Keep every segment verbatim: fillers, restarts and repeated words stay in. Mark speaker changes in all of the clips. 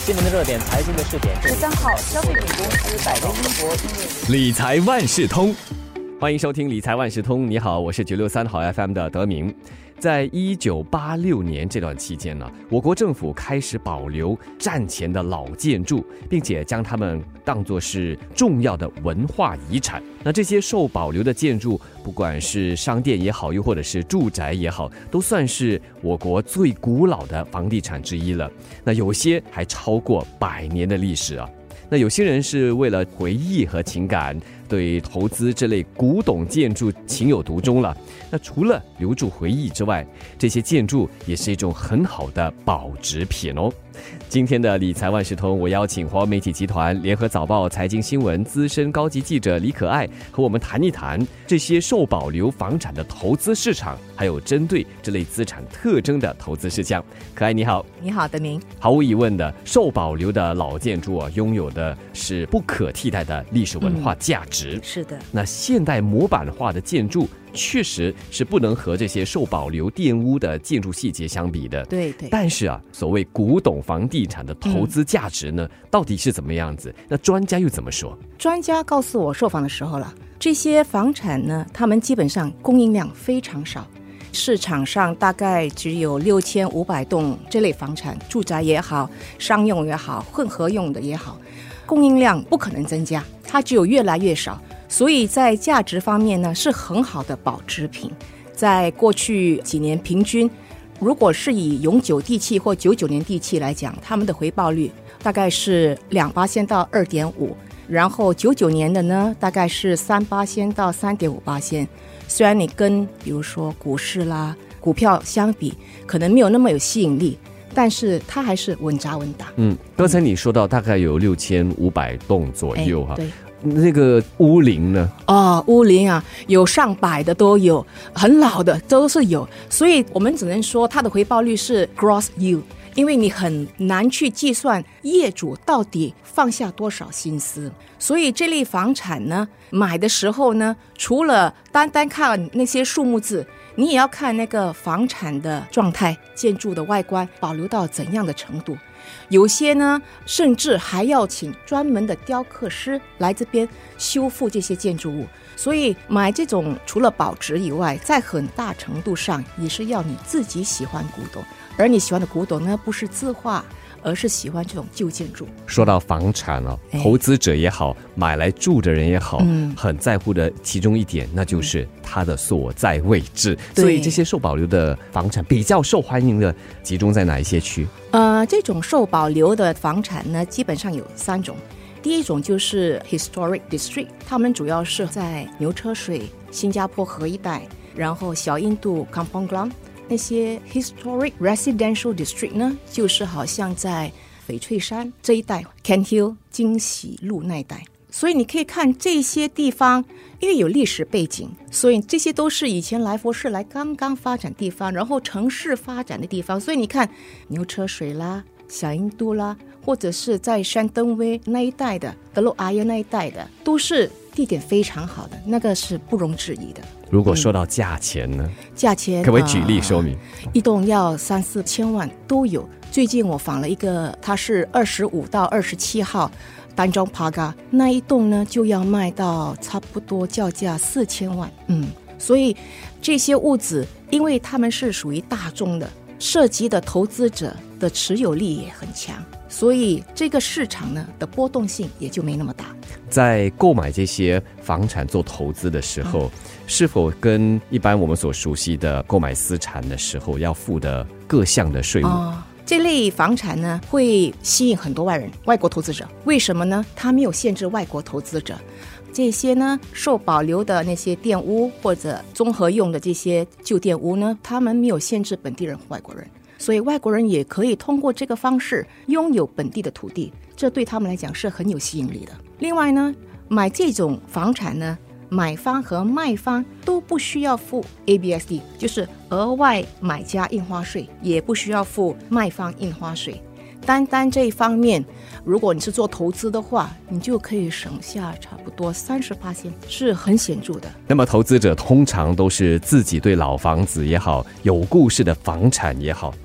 Speaker 1: 新闻的热点，财经的试点。
Speaker 2: 十三号，消费品公司百威英博音乐
Speaker 3: 理财万事通，欢迎收听理财万事通。你好，我是九六三好 F M 的德明。在一九八六年这段期间呢，我国政府开始保留战前的老建筑，并且将它们当作是重要的文化遗产。那这些受保留的建筑，不管是商店也好，又或者是住宅也好，都算是我国最古老的房地产之一了。那有些还超过百年的历史啊。那有些人是为了回忆和情感，对投资这类古董建筑情有独钟了。那除了留住回忆之外，这些建筑也是一种很好的保值品哦。今天的理财万事通，我邀请华为媒体集团联合早报财经新闻资深高级记者李可爱和我们谈一谈这些受保留房产的投资市场，还有针对这类资产特征的投资事项。可爱你好。
Speaker 2: 你好，德明。
Speaker 3: 毫无疑问的，受保留的老建筑啊，拥有的是不可替代的历史文化价值。
Speaker 2: 嗯、是的。
Speaker 3: 那现代模板化的建筑确实是不能和这些受保留玷污的建筑细节相比的。
Speaker 2: 对对。
Speaker 3: 但是啊，所谓古董房地产的投资价值呢，嗯、到底是怎么样子？那专家又怎么说？
Speaker 2: 专家告诉我受访的时候了，这些房产呢，他们基本上供应量非常少。市场上大概只有六千五百栋这类房产，住宅也好，商用也好，混合用的也好，供应量不可能增加，它只有越来越少。所以在价值方面呢，是很好的保值品。在过去几年平均，如果是以永久地契或九九年地契来讲，他们的回报率大概是两巴仙到二点五，然后九九年的呢，大概是三巴仙到三点五巴仙。虽然你跟比如说股市啦、股票相比，可能没有那么有吸引力，但是它还是稳扎稳打。
Speaker 3: 嗯，刚才你说到大概有六千五百栋左右哈。
Speaker 2: 对。
Speaker 3: 那个屋龄呢？
Speaker 2: 哦，屋龄啊，有上百的都有，很老的都是有，所以我们只能说它的回报率是 gross yield， 因为你很难去计算业主到底放下多少心思。所以这类房产呢，买的时候呢，除了单单看那些数目字，你也要看那个房产的状态、建筑的外观保留到怎样的程度。有些呢，甚至还要请专门的雕刻师来这边修复这些建筑物。所以买这种除了保值以外，在很大程度上也是要你自己喜欢古董，而你喜欢的古董呢，不是字画，而是喜欢这种旧建筑。
Speaker 3: 说到房产哦，投资者也好，买来住的人也好，嗯、很在乎的其中一点，那就是它的所在位置。所以这些受保留的房产比较受欢迎的，集中在哪一些区？
Speaker 2: 呃，这种受保留的房产呢，基本上有三种。第一种就是 historic district， 他们主要是在牛车水、新加坡河一带，然后小印度 Kampong Glam。那些 historic residential district 呢，就是好像在翡翠山这一带 Kent Hill 金喜路那一带。所以你可以看这些地方，因为有历史背景，所以这些都是以前来佛士来刚刚发展地方，然后城市发展的地方。所以你看牛车水啦、小印度啦，或者是在山登威那一带的德洛阿耶那一带的，都是地点非常好的，那个是不容置疑的。
Speaker 3: 如果说到价钱呢？嗯、
Speaker 2: 价钱
Speaker 3: 可不可以举例说明？
Speaker 2: 呃、一栋要三四千万都有。最近我访了一个，他是二十五到二十七号丹中帕嘎那一栋呢，就要卖到差不多叫价四千万。嗯，所以这些屋子，因为他们是属于大众的，涉及的投资者的持有力也很强，所以这个市场呢的波动性也就没那么大。
Speaker 3: 在购买这些房产做投资的时候，嗯、是否跟一般我们所熟悉的购买私产的时候要付的各项的税务？
Speaker 2: 哦，这类房产呢会吸引很多外人、外国投资者。为什么呢？它没有限制外国投资者。这些呢受保留的那些店屋或者综合用的这些旧店屋呢，他们没有限制本地人和外国人，所以外国人也可以通过这个方式拥有本地的土地，这对他们来讲是很有吸引力的。另外呢，买这种房产呢，买方和卖方都不需要付 A B S D， 就是额外买家印花税，也不需要付卖方印花税。单单这一方面，如果你是做投资的话，你就可以省下差不多 百分之三十， 是很显著的。
Speaker 3: 那么投资者通常都是自己对老房子也好，有故事的房产也好，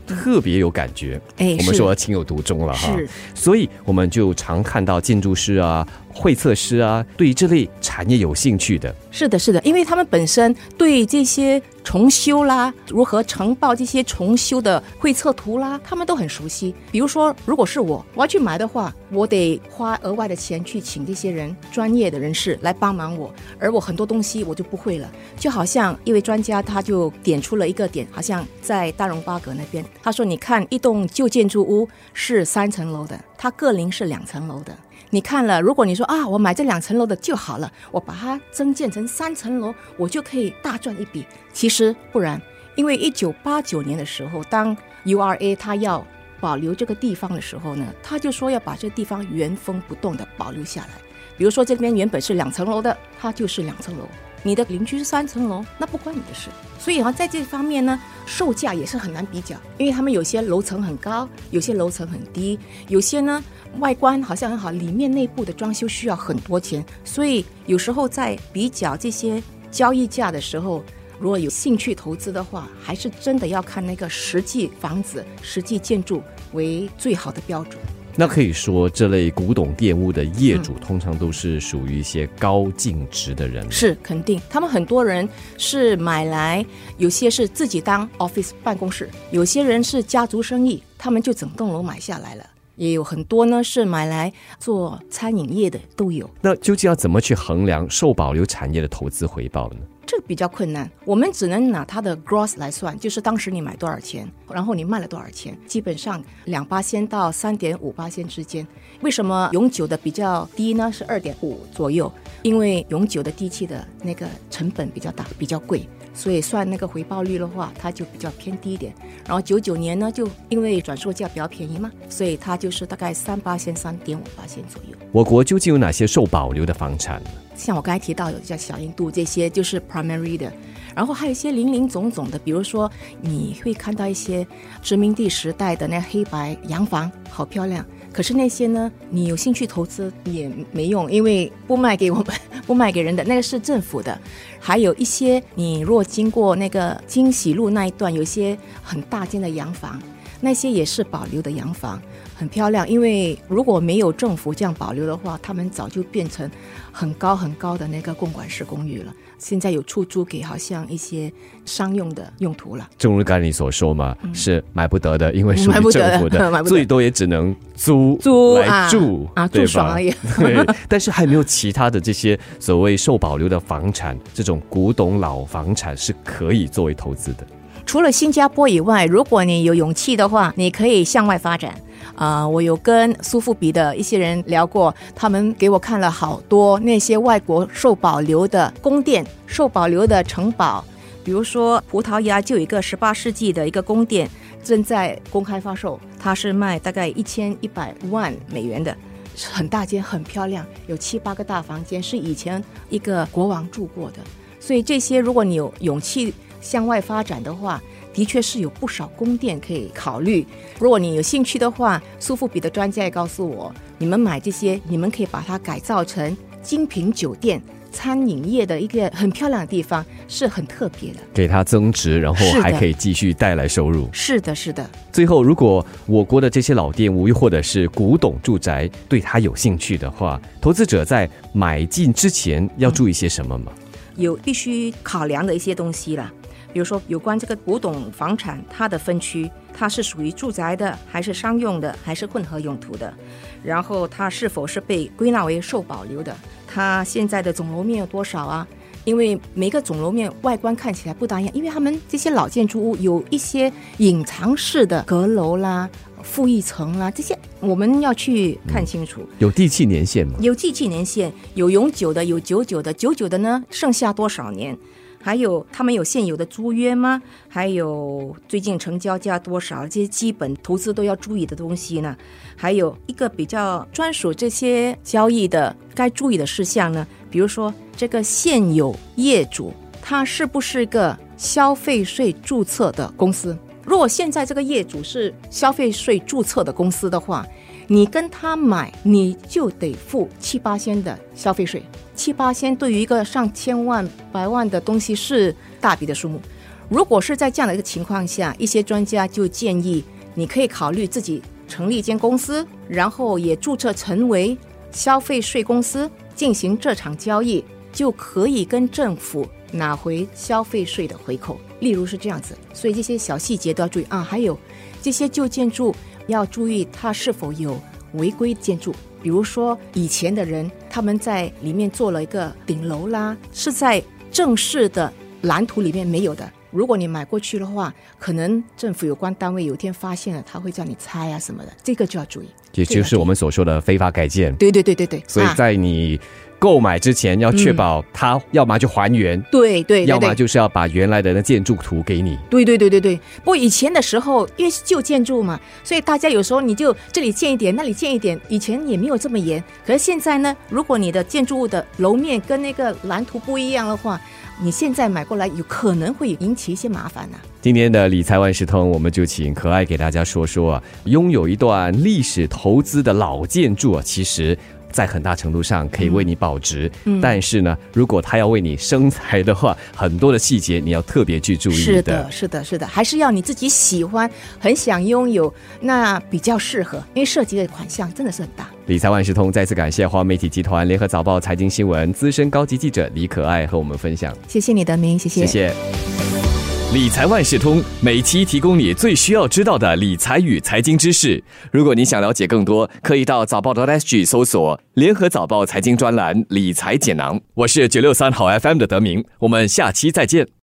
Speaker 3: 特别有感觉。
Speaker 2: 哎，
Speaker 3: 我们说情有独钟了哈。
Speaker 2: 是，
Speaker 3: 所以我们就常看到建筑师啊、绘测师啊，对这类产业有兴趣的。
Speaker 2: 是的，是的，因为他们本身对这些重修啦，如何呈报这些重修的绘测图啦，他们都很熟悉。比如说，如果是我，我要去买的话，我得花额外的钱去请这些人专业的人士来帮忙我，而我很多东西我就不会了。就好像一位专家他就点出了一个点，好像在大荣巴格那边，他说你看一栋旧建筑物是三层楼的，它个龄是两层楼的，你看了，如果你说啊，我买这两层楼的就好了，我把它增建成三层楼，我就可以大赚一笔。其实不然，因为一九八九年的时候，当 U R A 它要保留这个地方的时候呢，他就说要把这个地方原封不动的保留下来。比如说这边原本是两层楼的，它就是两层楼，你的邻居是三层楼，那不关你的事。所以啊，在这方面呢，售价也是很难比较，因为他们有些楼层很高，有些楼层很低，有些呢外观好像很好，里面内部的装修需要很多钱，所以有时候在比较这些交易价的时候，如果有兴趣投资的话，还是真的要看那个实际房子、实际建筑为最好的标准。
Speaker 3: 那可以说，这类古董店屋的业主、嗯、通常都是属于一些高净值的人。
Speaker 2: 是，肯定，他们很多人是买来，有些是自己当 office 办公室，有些人是家族生意，他们就整栋楼买下来了。也有很多呢是买来做餐饮业的都有。
Speaker 3: 那究竟要怎么去衡量受保留产业的投资回报呢？
Speaker 2: 这个比较困难，我们只能拿它的 gross 来算，就是当时你买多少钱，然后你卖了多少钱，基本上两巴仙到三点五巴仙之间。为什么永久的比较低呢？是二点五左右，因为永久的地契的那个成本比较大，比较贵，所以算那个回报率的话，它就比较偏低一点。然后九九年呢，就因为转售价比较便宜嘛，所以它就是大概三巴仙、三点五巴仙左右。
Speaker 3: 我国究竟有哪些受保留的房产？
Speaker 2: 像我刚才提到有叫小印度，这些就是 primary 的，然后还有一些零零总总的，比如说你会看到一些殖民地时代的那黑白洋房，好漂亮。可是那些呢，你有兴趣投资也没用，因为不卖给我们，不卖给人的，那个是政府的。还有一些你若经过那个金喜路那一段，有一些很大间的洋房，那些也是保留的洋房，很漂亮。因为如果没有政府这样保留的话，他们早就变成很高很高的那个共管式公寓了。现在有出租给好像一些商用的用途了。正
Speaker 3: 如刚才你所说嘛、嗯、是买不得的，因为属于政府的，最多也只能租
Speaker 2: 租
Speaker 3: 来住
Speaker 2: 啊, 啊住爽而已。
Speaker 3: 对，但是还没有其他的这些所谓受保留的房产，这种古董老房产是可以作为投资的。
Speaker 2: 除了新加坡以外，如果你有勇气的话，你可以向外发展。呃，我有跟苏富比的一些人聊过，他们给我看了好多那些外国受保留的宫殿、受保留的城堡。比如说葡萄牙就有一个十八世纪的一个宫殿正在公开发售，它是卖大概一千一百万美元的，很大间，很漂亮，有七八个大房间，是以前一个国王住过的。所以这些如果你有勇气向外发展的话，的确是有不少宫殿可以考虑。如果你有兴趣的话，苏富比的专家也告诉我，你们买这些，你们可以把它改造成精品酒店、餐饮业的一个很漂亮的地方，是很特别的，
Speaker 3: 给它增值，然后还可以继续带来收入。
Speaker 2: 是的，是的。
Speaker 3: 最后，如果我国的这些老店屋又或者是古董住宅对它有兴趣的话，投资者在买进之前要注意些什么吗？
Speaker 2: 嗯、有必须考量的一些东西啦。比如说有关这个古董房产，它的分区，它是属于住宅的还是商用的还是混合用途的，然后它是否是被归纳为受保留的，它现在的总楼面有多少啊？因为每个总楼面外观看起来不大一样，因为他们这些老建筑物有一些隐藏式的阁楼啦、负一层啦，这些我们要去看清楚。嗯、
Speaker 3: 有地契年限吗？
Speaker 2: 有地契年限，有永久的，有久久的，久久的呢剩下多少年？还有他们有现有的租约吗？还有最近成交价多少？这些基本投资都要注意的东西呢。还有一个比较专属这些交易的该注意的事项呢，比如说这个现有业主他是不是一个消费税注册的公司？如果现在这个业主是消费税注册的公司的话，你跟他买，你就得付七八仙的消费税。七八仙对于一个上千万、百万的东西是大笔的数目。 如果是在这样的一个情况下，一些专家就建议你可以考虑自己成立一间公司，然后也注册成为消费税公司，进行这场交易，就可以跟政府拿回消费税的回扣。例如是这样子，所以这些小细节都要注意啊。还有这些旧建筑要注意它是否有违规建筑，比如说以前的人他们在里面做了一个顶楼啦，是在正式的蓝图里面没有的，如果你买过去的话，可能政府有关单位有一天发现了，他会叫你拆啊什么的，这个就要注意，
Speaker 3: 也就是我们所说的非法改建。
Speaker 2: 对对对对对，
Speaker 3: 所以在你购买之前要确保它要么就还原，
Speaker 2: 对对，
Speaker 3: 要么就是要把原来的那建筑图给你。
Speaker 2: 对对对对对。不过以前的时候，因为是旧建筑嘛，所以大家有时候你就这里建一点，那里建一点，以前也没有这么严。可是现在呢，如果你的建筑物的楼面跟那个蓝图不一样的话，你现在买过来有可能会引起一些麻烦啊。
Speaker 3: 今天的理财万事通，我们就请可爱给大家说说啊，拥有一段历史投资的老建筑啊，其实在很大程度上可以为你保值、嗯、但是呢，如果它要为你生财的话，很多的细节你要特别去注意的。
Speaker 2: 是的是的是的，还是要你自己喜欢很想拥有，那比较适合，因为涉及的款项真的是很大。
Speaker 3: 理财万事通再次感谢华媒体集团联合早报财经新闻资深高级记者李可爱和我们分享。
Speaker 2: 谢谢你德明，谢谢
Speaker 3: 谢谢。理财万事通每期提供你最需要知道的理财与财经知识。如果你想了解更多，可以到早报 .sg 搜索联合早报财经专栏理财解囊。我是九六三好 F M 的德明，我们下期再见。